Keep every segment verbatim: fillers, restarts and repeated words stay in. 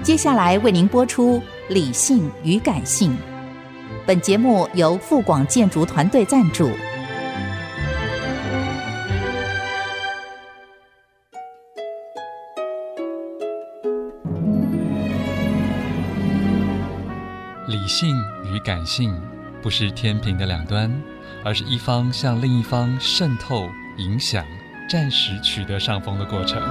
接下来为您播出理性与感性。本节目由富广建筑团队赞助。 理性与感性不是天平的两端，而是一方向另一方渗透、影响，暂时取得上风的过程。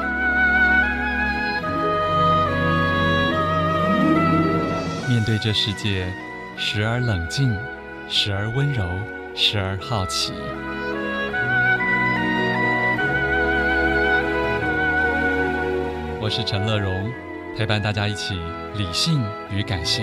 面对这世界，时而冷静，时而温柔，时而好奇。我是陈乐融，陪伴大家一起理性与感性。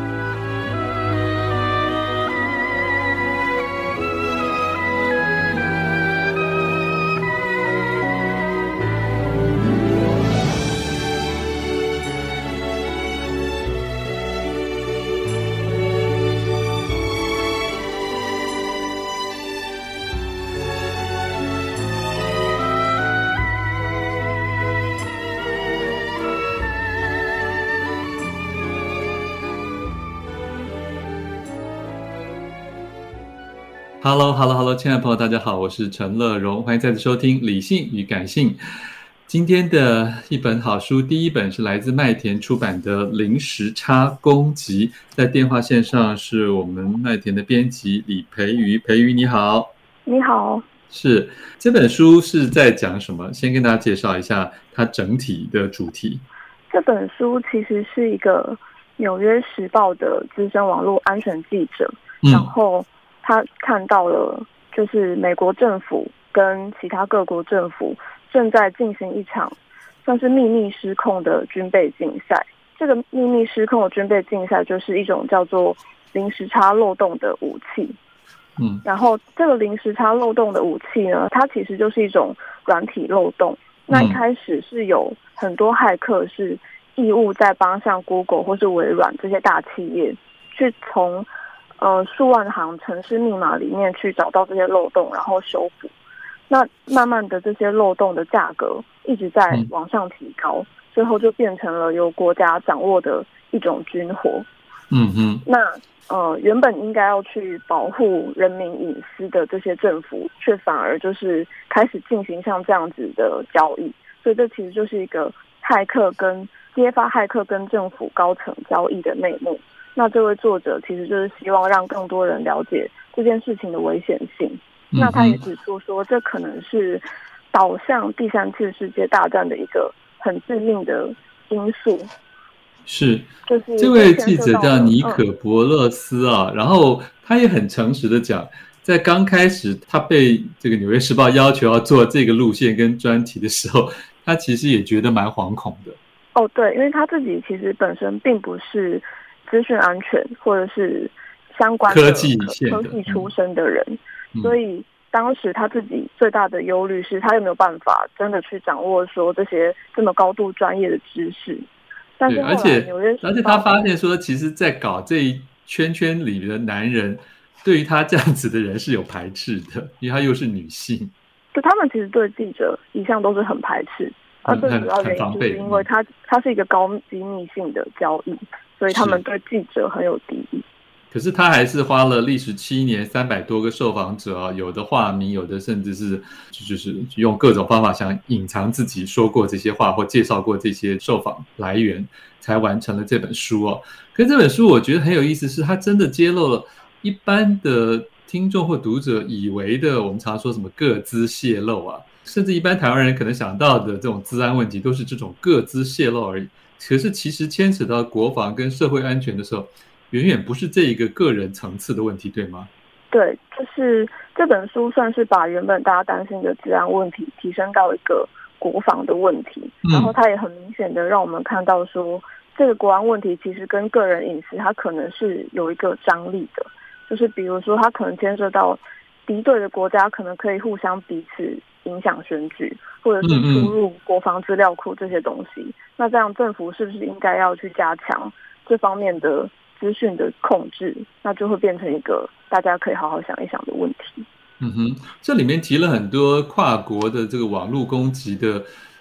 Hello Hello Hello， 亲爱的朋友大家好，我是陈乐融，欢迎再次收听理性与感性。今天的一本好书，第一本是来自麦田出版的《零时差攻击》，在电话线上是我们麦田的编辑李培瑜。培瑜你好。 你好。 是，这本书是在讲什么？先跟大家介绍一下它整体的主题。 这本书其实是一个纽约时报的资深网络安全记者，嗯、然后他看到了就是美国政府跟其他各国政府正在进行一场算是秘密失控的军备竞赛。这个秘密失控的军备竞赛就是一种叫做零时差漏洞的武器。嗯，然后这个零时差漏洞的武器呢，它其实就是一种软体漏洞。那一开始是有很多骇客是义务在帮像 Google 或是微软这些大企业去从呃，数万行程式密码里面去找到这些漏洞，然后修补。那慢慢的，这些漏洞的价格一直在往上提高，嗯、最后就变成了由国家掌握的一种军火。嗯哼。那呃，原本应该要去保护人民隐私的这些政府，却反而就是开始进行像这样子的交易。所以这其实就是一个骇客跟揭发骇客跟政府高层交易的内幕。那这位作者其实就是希望让更多人了解这件事情的危险性。嗯、那他也指出说，这可能是导向第三次世界大战的一个很致命的因素。 是，就是这位记者叫尼可伯勒斯啊，嗯、然后他也很诚实的讲，在刚开始他被这个《纽约时报》要求要做这个路线跟专题的时候，他其实也觉得蛮惶恐的。 哦，对，因为他自己其实本身并不是资讯安全或者是相关的科技科技出身的人，嗯、所以当时他自己最大的忧虑是他有没有办法真的去掌握说这些这么高度专业的知识。但是后来而且纽约时报而且他发现说，其实在搞这一圈圈里的男人对于他这样子的人是有排斥的，因为他又是女性。 就他们其实对记者一向都是很排斥，而最主要原因就是因为他他是一个高机密性的交易，所以他们对记者很有敌意。 可是他还是花了历时七年，三百多个受访者啊，有的化名，有的甚至是就是用各种方法想隐藏自己说过这些话或介绍过这些受访来源，才完成了这本书哦。可是这本书我觉得很有意思，是它真的揭露了一般的听众或读者以为的，我们常说什么个资泄露啊，甚至一般台湾人可能想到的这种资安问题，都是这种个资泄露而已。可是其实牵扯到国防跟社会安全的时候，远远不是这一个个人层次的问题，对吗？ 对，就是这本书算是把原本大家担心的治安问题提升到一个国防的问题，嗯、然后它也很明显的让我们看到说，这个国安问题其实跟个人隐私它可能是有一个张力的，就是比如说它可能牵涉到敌对的国家可能可以互相彼此影响选举，或者是出入国防资料库这些东西。嗯嗯那这样政府是不是应该要去加强这方面的资讯的控制？那就会变成一个大家可以好好想一想的问题。 嗯哼，这里面提了很多跨国的这个网络攻击的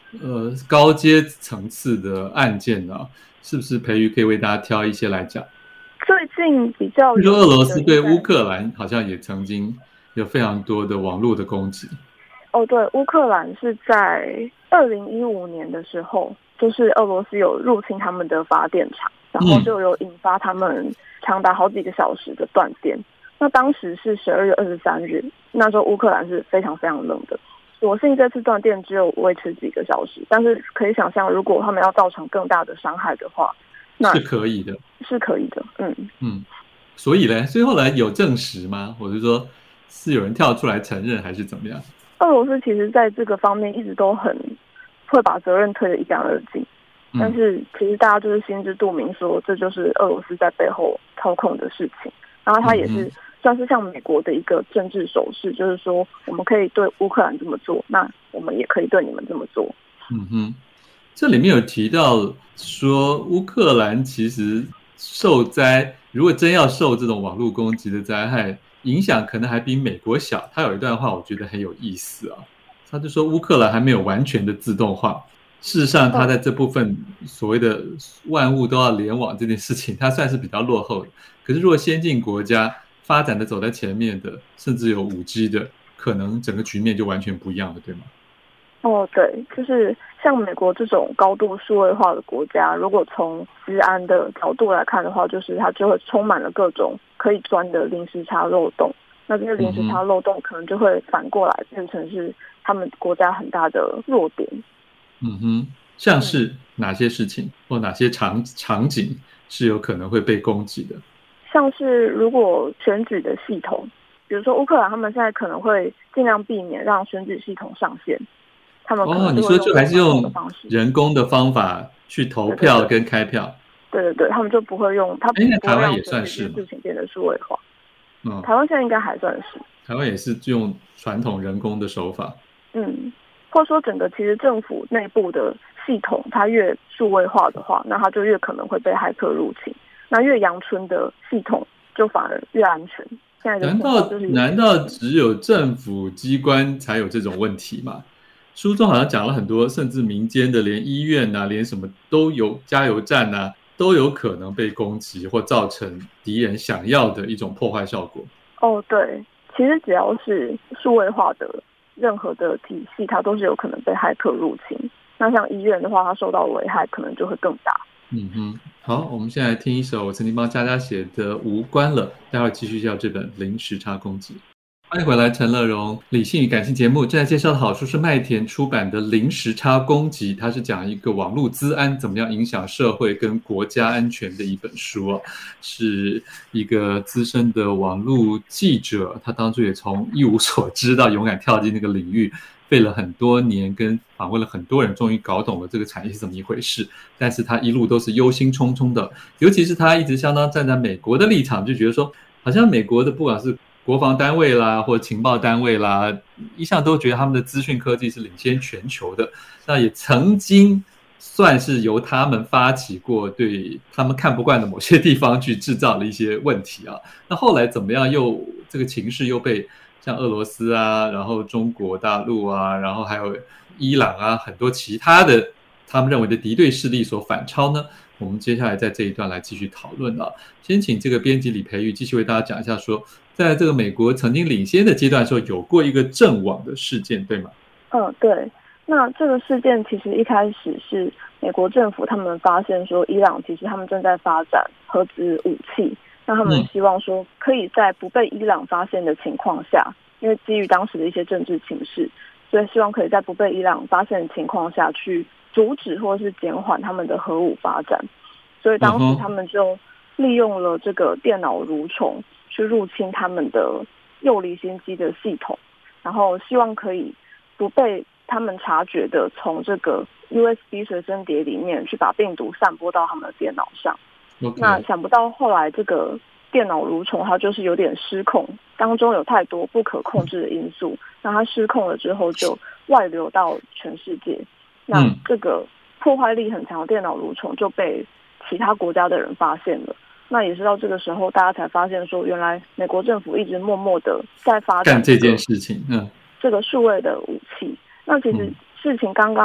呃高阶层次的案件呢？是不是培瑜可以为大家挑一些来讲？ 最近比较， 据说俄罗斯对乌克兰好像也曾经有非常多的网络的攻击。 哦，对，乌克兰是在二零一五年的时候，就是俄罗斯有入侵他们的发电厂，然后就有引发他们长达好几个小时的断电。那当时是十二月二十三日，那时候乌克兰是非常非常冷的。所幸这次断电只有维持几个小时，但是可以想象，如果他们要造成更大的伤害的话，那是可以的， 是可以的，嗯嗯。所以呢，所以后来有证实吗？或者说是有人跳出来承认，还是怎么样？ 俄罗斯其实在这个方面一直都很会把责任推得一干二净，嗯、但是其实大家就是心知肚明，说这就是俄罗斯在背后操控的事情，然后他也是。嗯算是像美国的一个政治手势，就是说我们可以对乌克兰这么做，那我们也可以对你们这么做。 嗯哼，这里面有提到说乌克兰其实受灾，如果真要受这种网络攻击的灾害影响，可能还比美国小。他有一段话我觉得很有意思啊，他就说乌克兰还没有完全的自动化，事实上他在这部分所谓的万物都要联网这件事情，他算是比较落后的。可是如果先进国家发展的走在前面的，甚至有 五 G 的，可能整个局面就完全不一样了，对吗？ 哦，对，就是像美国这种高度数位化的国家，如果从治安的角度来看的话，就是它就会充满了各种可以钻的临时差漏洞。那这些临时差漏洞可能就会反过来变成是他们国家很大的弱点。 嗯哼，像是哪些事情或哪些场场景是有可能会被攻击的？ 像是如果选举的系统，比如说乌克兰他们现在可能会尽量避免让选举系统上线，他们可能哦，你说就还是用人工的方法去投票跟开票？ 对对对，他们就不会用，他不会让也算是事情变得数位化。 嗯， 台湾现在应该还算是， 台湾也是用传统人工的手法。 嗯，或者说整个其实政府内部的系统，它越数位化的话，那它就越可能会被骇客入侵。那越阳春的系统就反而越安全。现在的难道难道只有政府机关才有这种问题吗？书中好像讲了很多，甚至民间的，连医院啊，连什么都有，加油站啊，都有可能被攻击或造成敌人想要的一种破坏效果。 哦，对，其实只要是数位化的任何的体系，它都是有可能被骇客入侵。那像医院的话，它受到的危害可能就会更大。 嗯哼，好，我们现在来听一首我曾经帮佳佳写的《无关了》，待会儿继续叫这本《零时差攻击》。欢迎回来，陈乐融理性与感性节目正在介绍的好书是麦田出版的《零时差攻击》，它是讲一个网络资安怎么样影响社会跟国家安全的一本书啊，是一个资深的网络记者，他当初也从一无所知到勇敢跳进那个领域，费了很多年，跟访问了很多人，终于搞懂了这个产业是怎么一回事。但是他一路都是忧心忡忡的，尤其是他一直相当站在美国的立场，就觉得说，好像美国的不管是国防单位啦，或情报单位啦，一向都觉得他们的资讯科技是领先全球的。那也曾经算是由他们发起过对他们看不惯的某些地方去制造了一些问题啊。那后来怎么样又这个情势又被像俄罗斯啊，然后中国大陆啊，然后还有伊朗啊，很多其他的他们认为的敌对势力所反超呢？我们接下来在这一段来继续讨论啊。先请这个编辑李培育继续为大家讲一下说，在这个美国曾经领先的阶段的时候，有过一个阵网的事件，对吗？ 嗯，对。那这个事件其实一开始是美国政府他们发现说，伊朗其实他们正在发展核子武器，那他们希望说可以在不被伊朗发现的情况下，因为基于当时的一些政治情势，所以希望可以在不被伊朗发现的情况下去阻止或是减缓他们的核武发展。所以当时他们就利用了这个电脑蠕虫去入侵他们的右离心机的系统，然后希望可以不被他们察觉的从这个 U S B 随身碟里面去把病毒散播到他们的电脑上。 Okay. 那想不到后来这个电脑蠕虫它就是有点失控，当中有太多不可控制的因素，那它失控了之后就外流到全世界。那这个破坏力很强的电脑蠕虫就被其他国家的人发现了。那也是到这个时候，大家才发现说，原来美国政府一直默默的在发展干这件事情，嗯， 这个数位的武器。那其实事情刚刚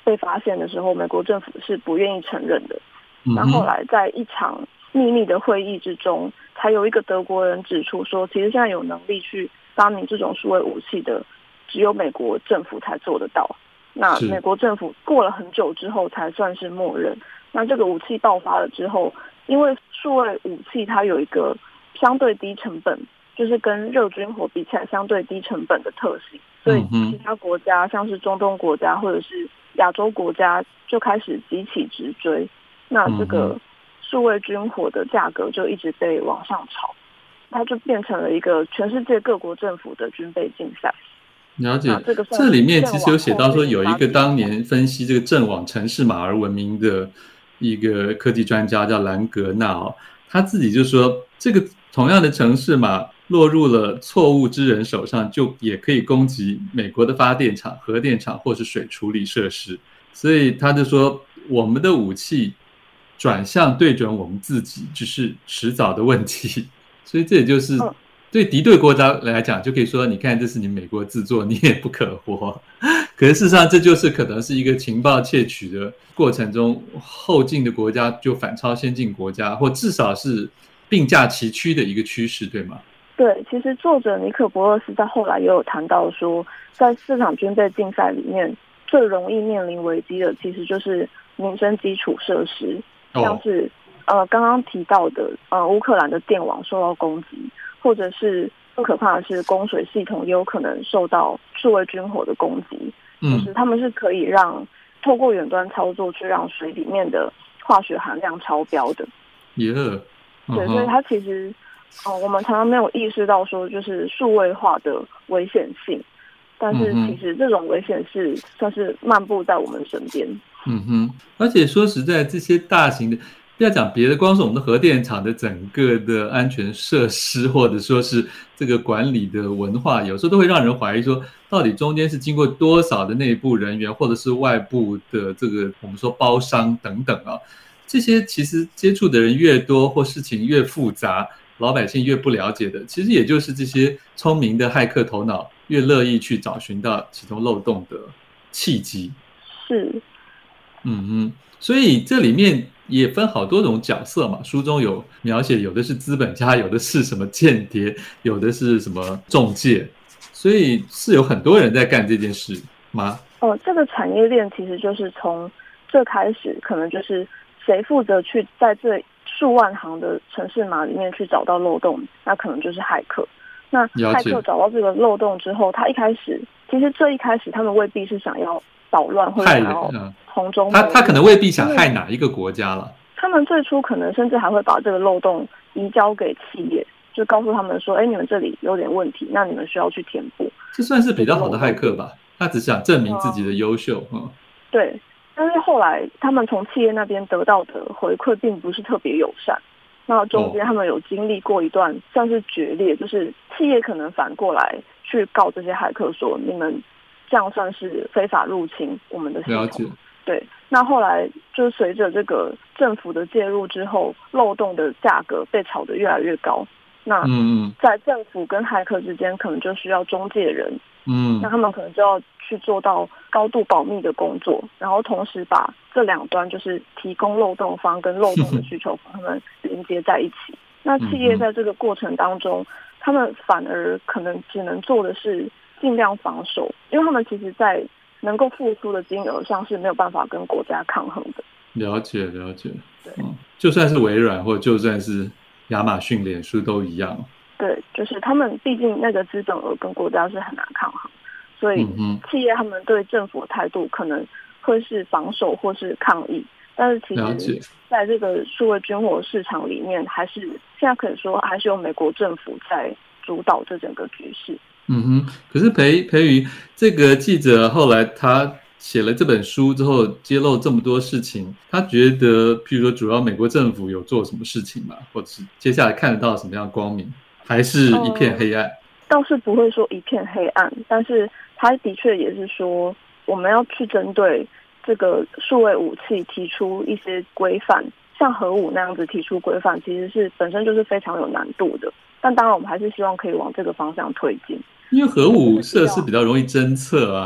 被发现的时候，美国政府是不愿意承认的。 嗯、 那后来在一场秘密的会议之中，才有一个德国人指出说，其实现在有能力去发明这种数位武器的，只有美国政府才做得到。那美国政府过了很久之后才算是默认。那这个武器爆发了之后，因为数位武器它有一个相对低成本，就是跟热军火比起来相对低成本的特性，所以其他国家像是中东国家或者是亚洲国家就开始急起直追。那这个数位军火的价格就一直被往上炒，它就变成了一个全世界各国政府的军备竞赛。 了解，这, 这里面其实有写到说，有一个当年分析这个阵网程式码而闻名的一个科技专家叫兰格纳哦，他自己就说，这个同样的程式码落入了错误之人手上，就也可以攻击美国的发电厂、核电厂或是水处理设施。所以他就说，我们的武器转向对准我们自己，只是迟早的问题。所以这也就是对敌对国家来讲，就可以说，你看这是你美国制作，你也不可活。可是事实上，这就是可能是一个情报窃取的过程中，后进的国家就反超先进国家，或至少是并驾齐驱的一个趋势，对吗？ 对，其实作者尼可伯勒斯在后来也有谈到说，在市场军备竞赛里面，最容易面临危机的其实就是民生基础设施，像是、哦、呃刚刚提到的呃乌克兰的电网受到攻击，或者是更可怕的是供水系统也有可能受到数位军火的攻击，嗯、就是他们是可以让透过远端操作去让水里面的化学含量超标的。 Yeah. 对，所以它其实呃我们常常没有意识到说就是数位化的危险性，但是其实这种危险是算是漫步在我们身边。 嗯哼，而且说实在，这些大型的，不要讲别的，光是我们的核电厂的整个的安全设施，或者说是这个管理的文化，有时候都会让人怀疑说，到底中间是经过多少的内部人员，或者是外部的这个我们说包商等等啊。这些其实接触的人越多，或事情越复杂，老百姓越不了解的，其实也就是这些聪明的骇客头脑越乐意去找寻到其中漏洞的契机。 是， 嗯哼，所以这里面也分好多种角色嘛，书中有描写，有的是资本家，有的是什么间谍，有的是什么中介，所以是有很多人在干这件事吗？ 哦，这个产业链其实就是从最开始，可能就是谁负责去在这数万行的程式码里面去找到漏洞，那可能就是骇客。那骇客找到这个漏洞之后，他一开始其实最一开始他们未必是想要捣乱或者想要从中他他可能未必想害哪一个国家了。 他们最初可能甚至还会把这个漏洞移交给企业，就告诉他们说，哎，你们这里有点问题，那你们需要去填补。 这算是比较好的骇客吧？他只想证明自己的优秀。嗯， 对。但是后来他们从企业那边得到的回馈并不是特别友善，那中间他们有经历过一段算是决裂，就是企业可能反过来去告这些骇客说，你们这样算是非法入侵我们的系统。了解。对，那后来就随着这个政府的介入之后，漏洞的价格被炒得越来越高。那在政府跟骇客之间可能就需要中介人，嗯，那他们可能就要去做到高度保密的工作，然后同时把这两端就是提供漏洞方跟漏洞的需求方他们连接在一起。那企业在这个过程当中，他们反而可能只能做的是尽量防守，因为他们其实在能够付出的金额上是没有办法跟国家抗衡的。 了解了解，对、嗯，就算是微软或就算是亚马逊、脸书都一样。 对，就是他们毕竟那个资本额跟国家是很难抗衡，所以企业他们对政府的态度可能会是防守或是抗议，但是其实在这个数位军火市场里面，还是现在可以说还是由美国政府在主导这整个局势。 嗯哼，可是裴裴瑜这个记者后来他写了这本书之后，揭露这么多事情，他觉得譬如说主要美国政府有做什么事情吗？或者是接下来看得到什么样的光明，还是一片黑暗？嗯、 倒是不会说一片黑暗，但是他的确也是说我们要去针对这个数位武器提出一些规范，像核武那样子提出规范，其实是本身就是非常有难度的，但当然我们还是希望可以往这个方向推进。 因为核武设施比较容易侦测啊，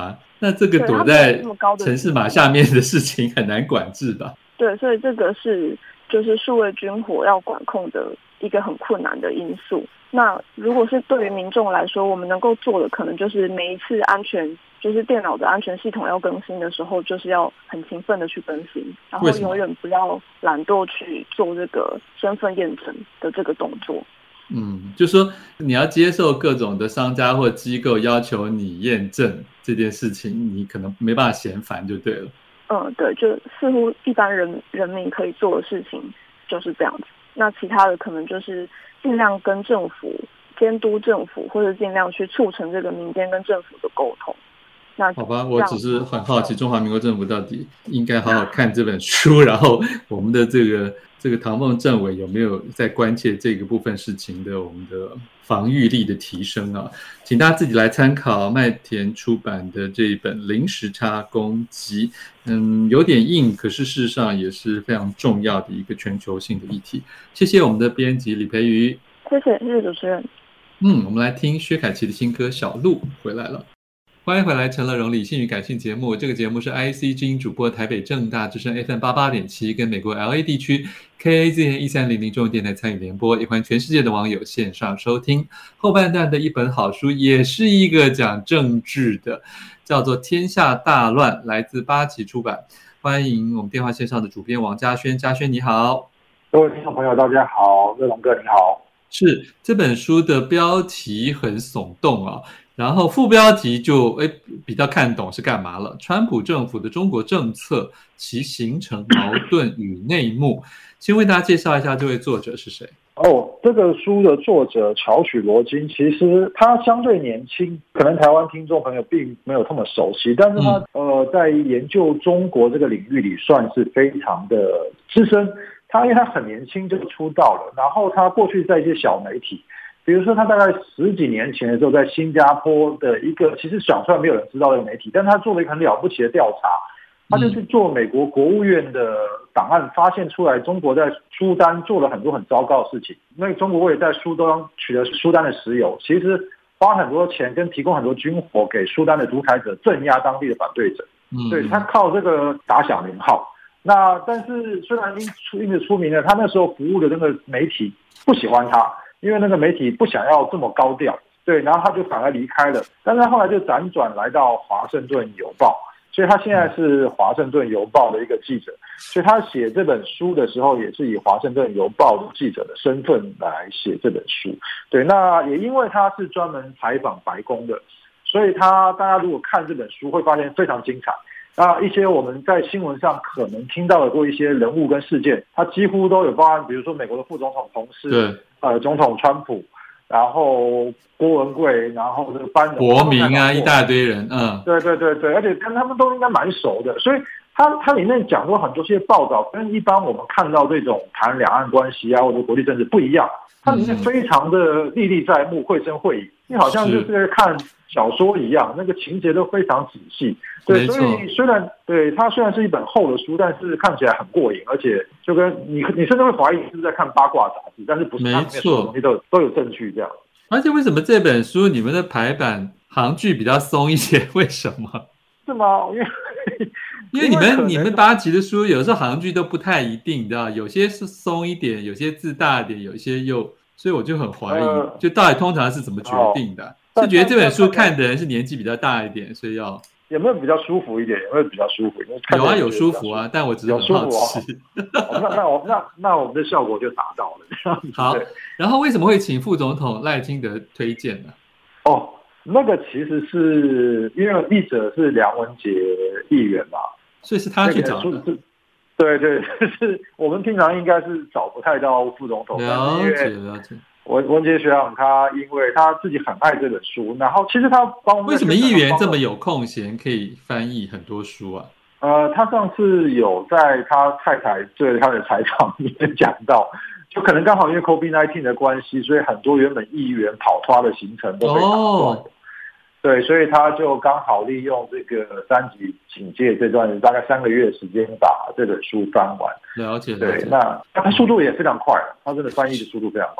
那这个躲在城市码下面的事情很难管制吧？ 对，所以这个是就是数位军火要管控的一个很困难的因素。那如果是对于民众来说，我们能够做的可能就是每一次安全，就是电脑的安全系统要更新的时候，就是要很勤奋的去更新，然后永远不要懒惰去做这个身份验证的这个动作。 嗯，就说你要接受各种的商家或机构要求你验证这件事情，你可能没办法嫌烦就对了。 嗯，对，就似乎一般人人民可以做的事情就是这样子。那其他的可能就是尽量跟政府监督政府，或者尽量去促成这个民间跟政府的沟通。那好吧，我只是很好奇，中华民国政府到底应该好好看这本书，然后我们的这个这个唐凤政委有没有在关切这个部分事情的我们的防御力的提升啊？请大家自己来参考麦田出版的这一本《零时差攻击》，嗯，有点硬，可是事实上也是非常重要的一个全球性的议题。谢谢我们的编辑李培瑜， 谢谢谢谢主持人。 嗯，我们来听薛凯琪的新歌《小鹿》回来了。欢迎回来，陈乐融理性与感性节目。这个节目是 I C 之音主播，台北政大之声 F M 八八点七，跟美国 L A 地区 K A Z N 一三零零中文电台参与联播，也欢迎全世界的网友线上收听。后半段的一本好书，也是一个讲政治的，叫做《天下大乱》，来自八旗出版。欢迎我们电话线上的主编王嘉轩，嘉轩你好。 各位听众朋友大家好，乐融哥你好。 是，这本书的标题很耸动啊。然后副标题就诶比较看懂是干嘛了，川普政府的中国政策，其形成矛盾与内幕。先为大家介绍一下这位作者是谁。 哦，这个书的作者乔许罗金，其实他相对年轻，可能台湾听众朋友并没有这么熟悉，但是他、嗯、呃在研究中国这个领域里算是非常的资深。他因为他很年轻就出道了，然后他过去在一些小媒体，比如说他大概十几年前的时候，在新加坡的一个其实讲出来没有人知道的媒体，但他做了一个很了不起的调查，他就是做美国国务院的档案，发现出来中国在苏丹做了很多很糟糕的事情。因为中国为了在苏丹取得苏丹的石油，其实花很多钱跟提供很多军火给苏丹的独裁者镇压当地的反对者，嗯，对，他靠这个打响名号。那但是虽然因因此出名了，他那时候服务的那个媒体不喜欢他，因为那个媒体不想要这么高调，对，然后他就反而离开了。但是他后来就辗转来到华盛顿邮报，所以他现在是华盛顿邮报的一个记者。所以他写这本书的时候，也是以华盛顿邮报的记者的身份来写这本书。对，那也因为他是专门采访白宫的，所以他大家如果看这本书会发现非常精彩。那一些我们在新闻上可能听到的过一些人物跟事件，他几乎都有包含，比如说美国的副总统同事，呃，总统川普，然后郭文贵，然后这个班农、 国民啊，一大堆人，嗯， 对对对对，而且跟他们都应该蛮熟的，所以他他里面讲过很多些报道，跟一般我们看到这种谈两岸关系啊或者国际政治不一样，它里面非常的历历在目、绘声绘影，你好像就是在看小说一样，那个情节都非常仔细。对，所以虽然对它虽然是一本厚的书，但是看起来很过瘾，而且就跟你你甚至会怀疑是不是在看八卦杂志，但是不是，它里面所有东西都有都有证据这样。 而且为什么这本书你们的排版行距比较松一些？为什么？ 是吗？因为因为你们你们八旗的书有时候行距都不太一定，的有些是松一点，有些字大一点，有些又，所以我就很怀疑，呃、就到底通常是怎么决定的？哦、是觉得这本书看的人是年纪比较大一点，所以要有没有比较舒服一点？有没有比较舒服一点？ 有啊，有舒服啊，但我只是很好奇。 哦、那那我那那我们的效果就达到了。 好，然后为什么会请副总统赖清德推荐呢？ 哦，那个其实是因为译者是梁文杰议员嘛， 所以是他去找的。 对对，就是我们平常应该是找不太到副总统， 了解了解。 文文杰学长他因为他自己很爱这本书，然后其实他帮我们为什么议员这么有空闲可以翻译很多书啊？ 呃，他上次有在他太太对他的采访里面讲到，就可能刚好因为 COVID 十九 的关系，所以很多原本议员跑脱的行程都被打断。哦，对，所以他就刚好利用这个三级警戒这段大概三个月的时间，把这本书翻完。 了解， 对，那他速度也非常快，他真的翻译的速度非常快。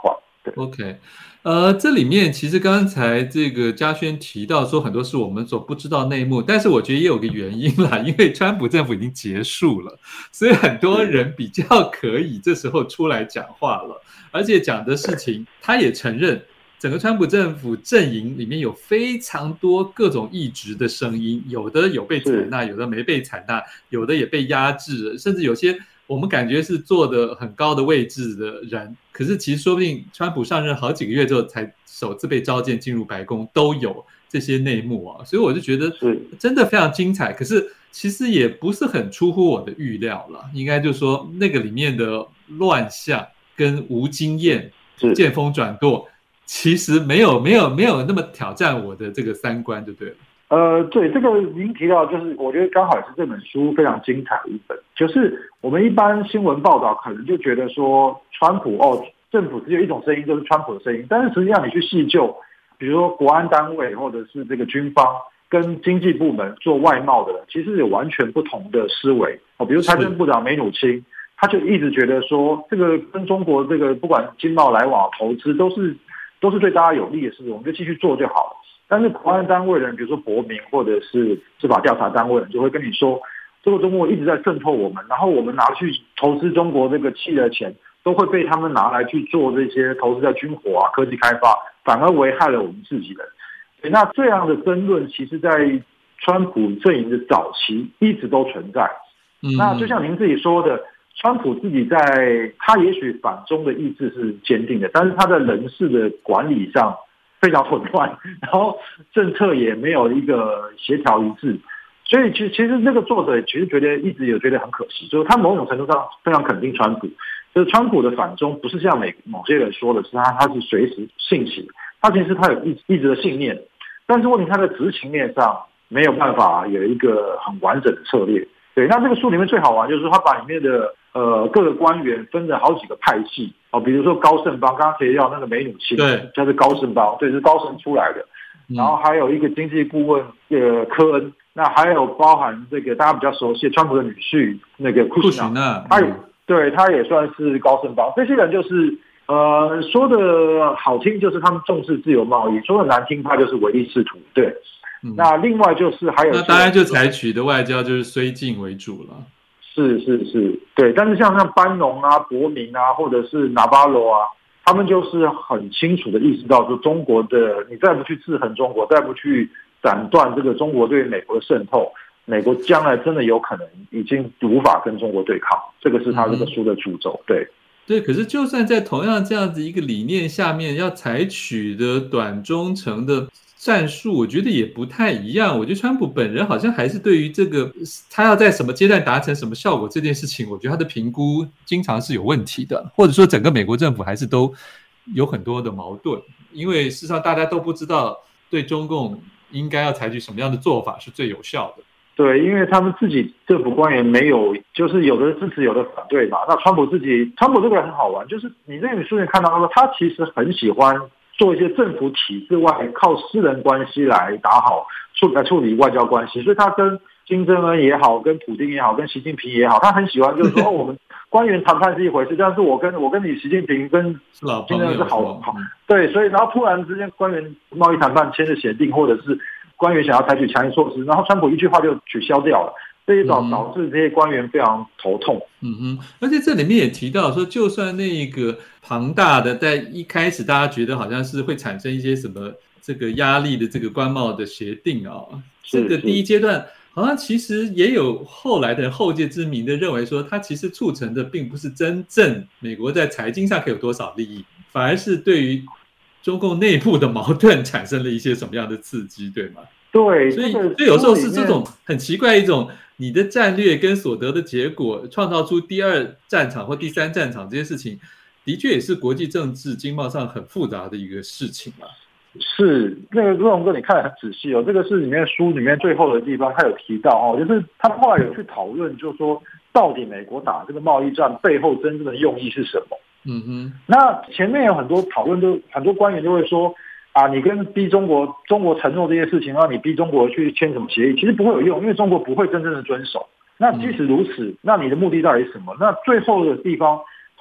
OK， 呃，这里面其实刚才这个嘉轩提到说很多是我们所不知道内幕，但是我觉得也有个原因啦，因为川普政府已经结束了，所以很多人比较可以这时候出来讲话了，而且讲的事情他也承认，整个川普政府阵营里面有非常多各种异质的声音，有的有被采纳，有的没被采纳，有的也被压制了，甚至有些我们感觉是坐得很高的位置的人，可是其实说不定川普上任好几个月之后才首次被召见进入白宫，都有这些内幕啊，所以我就觉得真的非常精彩，可是其实也不是很出乎我的预料了，应该就是说那个里面的乱象跟无经验见风转舵，其实没有没有没有那么挑战我的这个三观，就对了。 呃，对，这个您提到，就是我觉得刚好也是这本书非常精彩的一本。就是我们一般新闻报道可能就觉得说，川普哦，政府只有一种声音，就是川普的声音。但是实际上你去细究，比如说国安单位或者是这个军方跟经济部门做外贸的人，其实有完全不同的思维哦。比如财政部长梅努钦，他就一直觉得说，这个跟中国这个不管经贸来往、投资都是都是对大家有利的事，我们就继续做就好了。但是国安单位的人，比如说国民或者是司法调查单位的人，就会跟你说，这个中国一直在渗透我们，然后我们拿去投资中国这个企业的钱，都会被他们拿来去做这些投资在军火啊、科技开发，反而危害了我们自己人。那这样的争论，其实在川普阵营的早期一直都存在。嗯、那就像您自己说的，川普自己在他也许反中的意志是坚定的，但是他在人事的管理上非常混乱，然后政策也没有一个协调一致，所以其实其实这个作者其实觉得一直有觉得很可惜，就是他某种程度上非常肯定川普，就是川普的反中不是像每某些人说的是他他是随时兴起，他其实他有一一直的信念，但是问题他在执行面上没有办法有一个很完整的策略。对，那这个书里面最好玩就是说他把里面的呃各个官员分了好几个派系哦，比如说高盛邦，刚刚提到那个梅努钦，对，他是高盛邦，对，是高盛出来的。然后还有一个经济顾问呃科恩，那还有包含这个大家比较熟悉的川普的女婿那个库什纳，他也、嗯、对，他也算是高盛邦。这些人就是呃说的好听就是他们重视自由贸易，说的难听他就是唯利是图，对。嗯、那另外就是还有， 那当然就采取的外交就是绥靖为主了。 是是是，对。但是像像班农啊、伯明啊，或者是纳巴罗啊，他们就是很清楚的意识到说，中国的你再不去制衡中国，再不去斩断这个中国对美国的渗透，美国将来真的有可能已经无法跟中国对抗。这个是他这个书的主轴，对。 对，可是就算在同样这样子一个理念下面，要采取的短中程的战术，我觉得也不太一样。我觉得川普本人好像还是对于这个他要在什么阶段达成什么效果这件事情，我觉得他的评估经常是有问题的，或者说整个美国政府还是都有很多的矛盾，因为事实上大家都不知道对中共应该要采取什么样的做法是最有效的。 对，因为他们自己政府官员没有，就是有的支持，有的反对嘛。那川普自己，川普这个人很好玩，就是你在你书里看到他说，他其实很喜欢做一些政府体制外靠私人关系来打好处来处理外交关系，所以他跟金正恩也好，跟普丁也好，跟习近平也好，他很喜欢就是说，哦，我们官员谈判是一回事，但是我跟我跟你习近平跟金正恩是好好，对，所以然后突然之间官员贸易谈判签了协定，或者是官员想要采取强硬措施，然后川普一句话就取消掉了，这一导导致这些官员非常头痛。 嗯哼，而且这里面也提到说，就算那个庞大的，在一开始大家觉得好像是会产生一些什么这个压力的这个关贸的协定啊、哦，这个第一阶段好像其实也有后来的后见之明的认为说，它其实促成的并不是真正美国在财经上可以有多少利益，反而是对于中共内部的矛盾产生了一些什么样的刺激，对吗？ 对， 所以所以有时候是这种很奇怪一种，你的战略跟所得的结果创造出第二战场或第三战场这些事情，的确也是国际政治经贸上很复杂的一个事情嘛。 是，那个陆荣哥你看得很仔细哦，这个是里面书里面最后的地方，他有提到哦，就是他后来有去讨论，就是说到底美国打这个贸易战背后真正的用意是什么？嗯哼，那前面有很多讨论，都很多官员就会说啊，你跟逼中国，中国承诺这些事情，让你逼中国去签什么协议，其实不会有用，因为中国不会真正的遵守。那即使如此，那你的目的到底是什么？那最后的地方，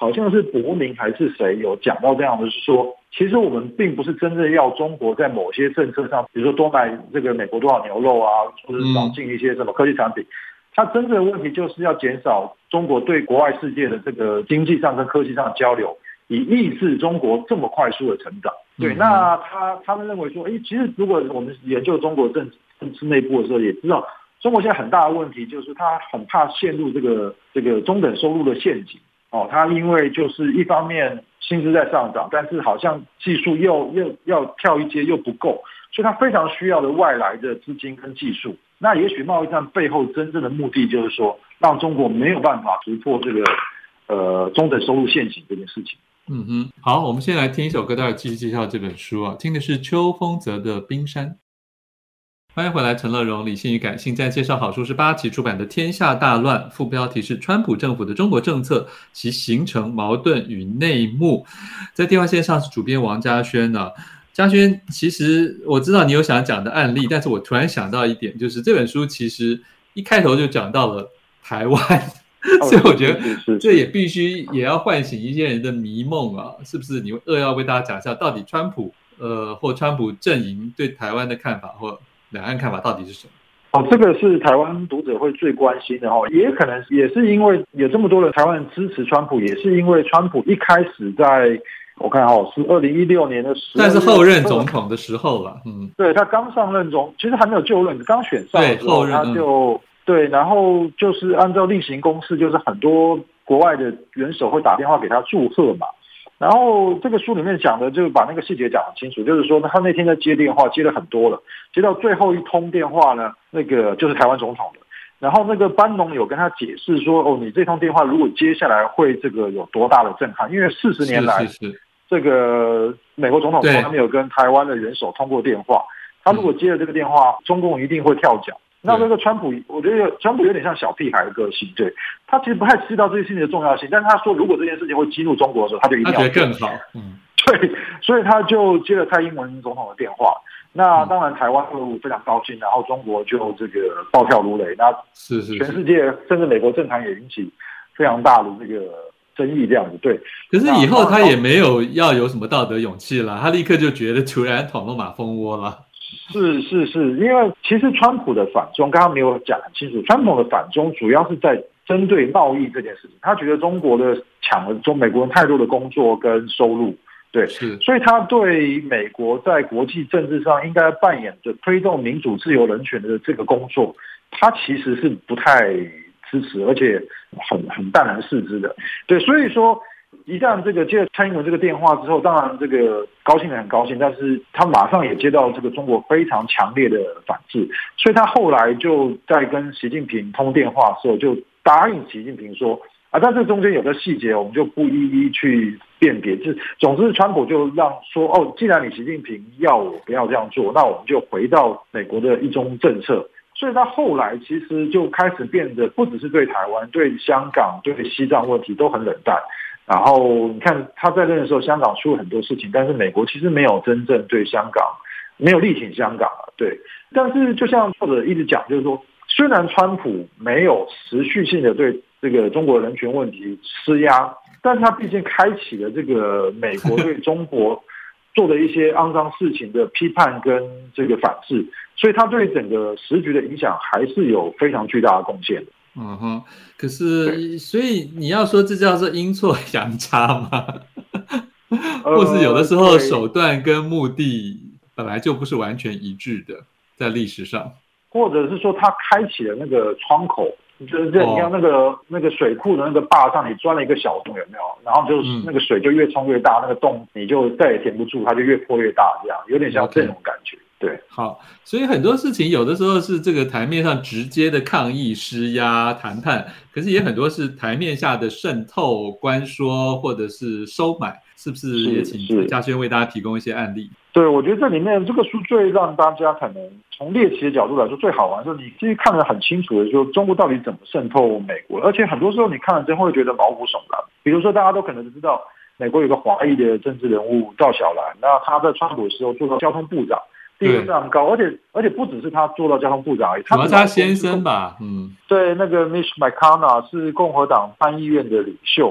好像是伯明还是谁有讲到这样的，是说其实我们并不是真正要中国在某些政策上，比如说多买这个美国多少牛肉啊，或者少进一些什么科技产品。嗯，它真正的问题就是要减少中国对国外世界的这个经济上跟科技上的交流，以抑制中国这么快速的成长。对，那他他们认为说，哎，其实如果我们研究中国政政治内部的时候，也知道中国现在很大的问题就是他很怕陷入这个这个中等收入的陷阱。哦，他因为就是一方面薪资在上涨，但是好像技术又又要跳一阶又不够，所以他非常需要的外来的资金跟技术。那也许贸易战背后真正的目的就是说，让中国没有办法突破这个呃中等收入陷阱这件事情。 嗯哼，好，我们先来听一首歌，待会继续介绍这本书啊，听的是邱锋泽的《冰山》。欢迎回来，陈乐融，理性与感性。在介绍好书是八旗出版的《天下大乱》，副标题是川普政府的中国政策，其形成矛盾与内幕。在电话线上是主编王嘉轩啊。嘉轩，其实我知道你有想讲的案例，但是我突然想到一点，就是这本书其实一开头就讲到了台湾，哦、所以我觉得这也必须也要唤醒一些人的迷梦啊，是不是？你扼要为大家讲一下，到底川普呃或川普阵营对台湾的看法或两岸看法到底是什么？ 哦，这个是台湾读者会最关心的哦，也可能也是因为有这么多的台湾人支持川普，也是因为川普一开始在我看哦是二零一六年的时候， 但是后任总统的时候了，嗯， 对他刚上任中，其实还没有就任，刚选上的时候他就、嗯、对，然后就是按照例行公事，就是很多国外的元首会打电话给他祝贺嘛。然后这个书里面讲的就是把那个细节讲很清楚，就是说他那天在接电话，接了很多了，接到最后一通电话呢，那个就是台湾总统的。然后那个班农有跟他解释说，哦，你这通电话如果接下来会这个有多大的震撼，因为四十年来， 是是是这个美国总统从来没有跟台湾的元首通过电话，他如果接了这个电话，中共一定会跳脚。那这个川普，我觉得川普有点像小屁孩的个性，对，他其实不太知道这件事情的重要性，但是他说如果这件事情会激怒中国的时候，他就一定要他觉得更好，嗯， 对，所以他就接了蔡英文总统的电话。那当然台湾就非常高兴，然后中国就这个暴跳如雷，那是是全世界甚至美国政坛也引起非常大的这个争议，这样子对。 可是以后他也没有要有什么道德勇气了，他立刻就觉得突然捅了马蜂窝了。 是是是，因为其实川普的反中刚刚没有讲很清楚，川普的反中主要是在针对贸易这件事情，他觉得中国的抢了中美国人太多的工作跟收入，对， 是， 所以他对美国在国际政治上应该扮演着推动民主、自由、人权的这个工作，他其实是不太支持，而且很很淡然视之的，对，所以说。一旦这个接了蔡英文这个电话之后，当然这个高兴的很高兴，但是他马上也接到这个中国非常强烈的反制，所以他后来就在跟习近平通电话的时候，就答应习近平说啊，但是中间有的细节我们就不一一去辨别，就总之川普就让说哦，既然你习近平要我不要这样做，那我们就回到美国的一中政策。所以他后来其实就开始变得不只是对台湾、对香港、对西藏问题都很冷淡。然后你看他在任的时候，香港出了很多事情，但是美国其实没有真正对香港没有力挺香港啊，对。但是就像作者一直讲，就是说，虽然川普没有持续性的对这个中国人权问题施压，但是他毕竟开启了这个美国对中国做的一些肮脏事情的批判跟这个反制，所以他对整个时局的影响还是有非常巨大的贡献的。 嗯哼，可是所以你要说这叫做阴错阳差吗？或是有的时候手段跟目的本来就不是完全一致的，在历史上， 或者是说他开启了那个窗口，就是这你看那个、哦、那个水库的那个坝上，你钻了一个小洞，有没有？然后就那个水就越冲越大，那个洞你就再也填不住，它就越破越大，这样有点像这种感觉。Okay.对， 好，所以很多事情有的时候是这个台面上直接的抗议、施压、谈判，可是也很多是台面下的渗透、关说或者是收买，是不是？也请嘉轩为大家提供一些案例。 对，我觉得这里面这个书最让大家可能从猎奇的角度来说最好玩，就是你其实看得很清楚的，说中国到底怎么渗透美国，而且很多时候你看了真会觉得毛骨悚然。比如说大家都可能知道，美国有个华裔的政治人物赵小兰，那他在川普的时候做到交通部长。地位非常高，而且而且不只是他做到交通部长而已， 他是他先生吧，嗯， 对，那个 Mitch McConnell 是共和党参议院的领袖，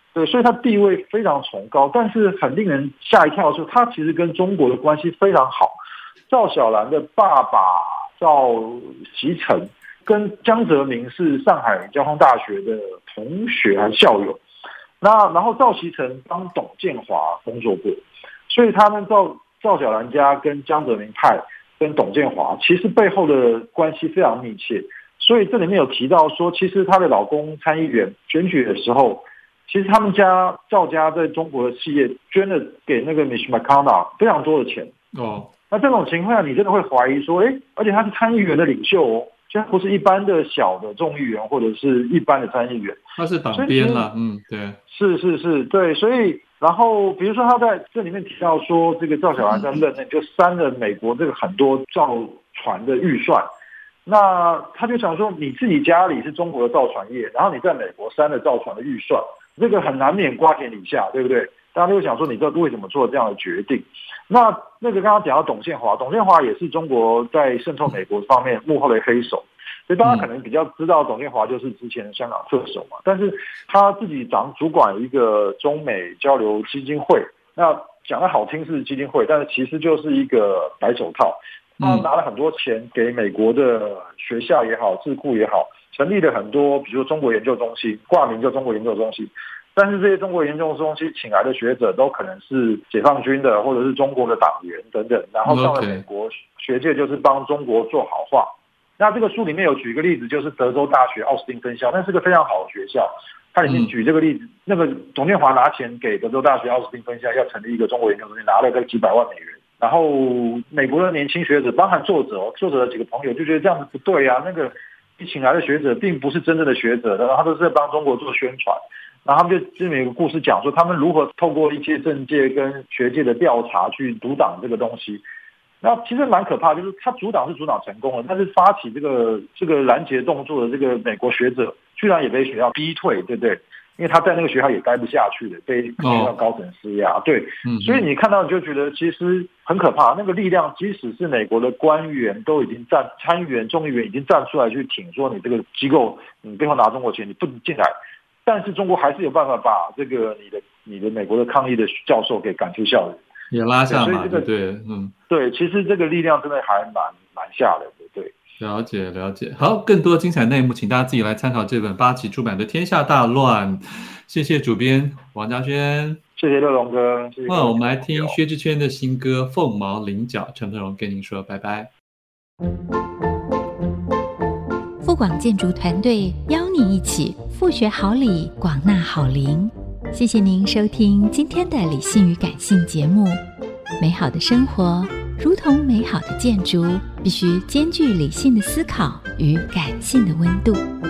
对，所以他地位非常崇高。但是很令人吓一跳的是，他其实跟中国的关系非常好。赵小兰的爸爸赵锡成跟江泽民是上海交通大学的同学还是校友，那然后赵锡成帮董建华工作过，所以他们赵赵小兰家跟江泽民派跟董建华其实背后的关系非常密切。所以这里面有提到说，其实她的老公参议员选举的时候，其实他们家赵家在中国的企业捐了给那个 Mitch McConnell 非常多的钱哦。 那这种情况下，你真的会怀疑说，哎，而且他是参议员的领袖哦，就不是一般的小的众议员或者是一般的参议员， 他是党鞭了，嗯，对， 是是是，对，所以然后比如说他在这里面提到说，这个赵小兰在任内就删了美国这个很多造船的预算。那他就想说，你自己家里是中国的造船业，然后你在美国删了造船的预算，这个很难免瓜田李下，对不对？大家都会想说，你这为什么做这样的决定？那那个刚刚讲到董建华，董建华也是中国在渗透美国方面幕后的黑手，所以大家可能比较知道董建华就是之前的香港特首嘛，但是他自己掌主管一个中美交流基金会，那讲的好听是基金会，但是其实就是一个白手套。他拿了很多钱给美国的学校也好，智库也好，成立了很多，比如说中国研究中心，挂名叫中国研究中心。但是这些中国研究中心请来的学者都可能是解放军的，或者是中国的党员等等，然后到了美国学界就是帮中国做好话。那这个书里面有举一个例子，就是德州大学奥斯汀分校，那是个非常好的学校。它里面举这个例子，那个董建华拿钱给德州大学奥斯汀分校要成立一个中国研究中心，拿了个几百万美元。然后美国的年轻学者，包含作者哦，作者的几个朋友就觉得这样子不对啊，那个一请来的学者并不是真正的学者，然后他都是在帮中国做宣传。然后他们就这么有个故事讲说，他们如何透过一些政界跟学界的调查去阻挡这个东西。那其实蛮可怕，就是他阻挡是阻挡成功了，但是发起这个这个拦截动作的这个美国学者，居然也被学校逼退，对不对？因为他在那个学校也待不下去了，被学校高层施压，哦、对，嗯，所以你看到你就觉得其实很可怕。那个力量，即使是美国的官员都已经站，参议员、众议员已经站出来去挺说，你这个机构你背后拿中国钱，你不能进来。但是中国还是有办法把这个你的你的美国的抗议的教授给赶出校园， 也拉下马， 所以这个对，嗯， 对，其实这个力量真的还蛮蛮吓人的，对。 了解了解，好，更多精彩内幕，请大家自己来参考这本八旗出版的《天下大乱》。谢谢主编王嘉轩， 谢谢乐龙哥。谢谢那我们来听薛之谦的新歌《凤毛麟角》，陈腾荣跟您说拜拜。 富广建筑团队邀你一起复学好礼，广纳好邻。谢谢您收听今天的理性与感性节目。美好的生活如同美好的建筑，必须兼具理性的思考与感性的温度。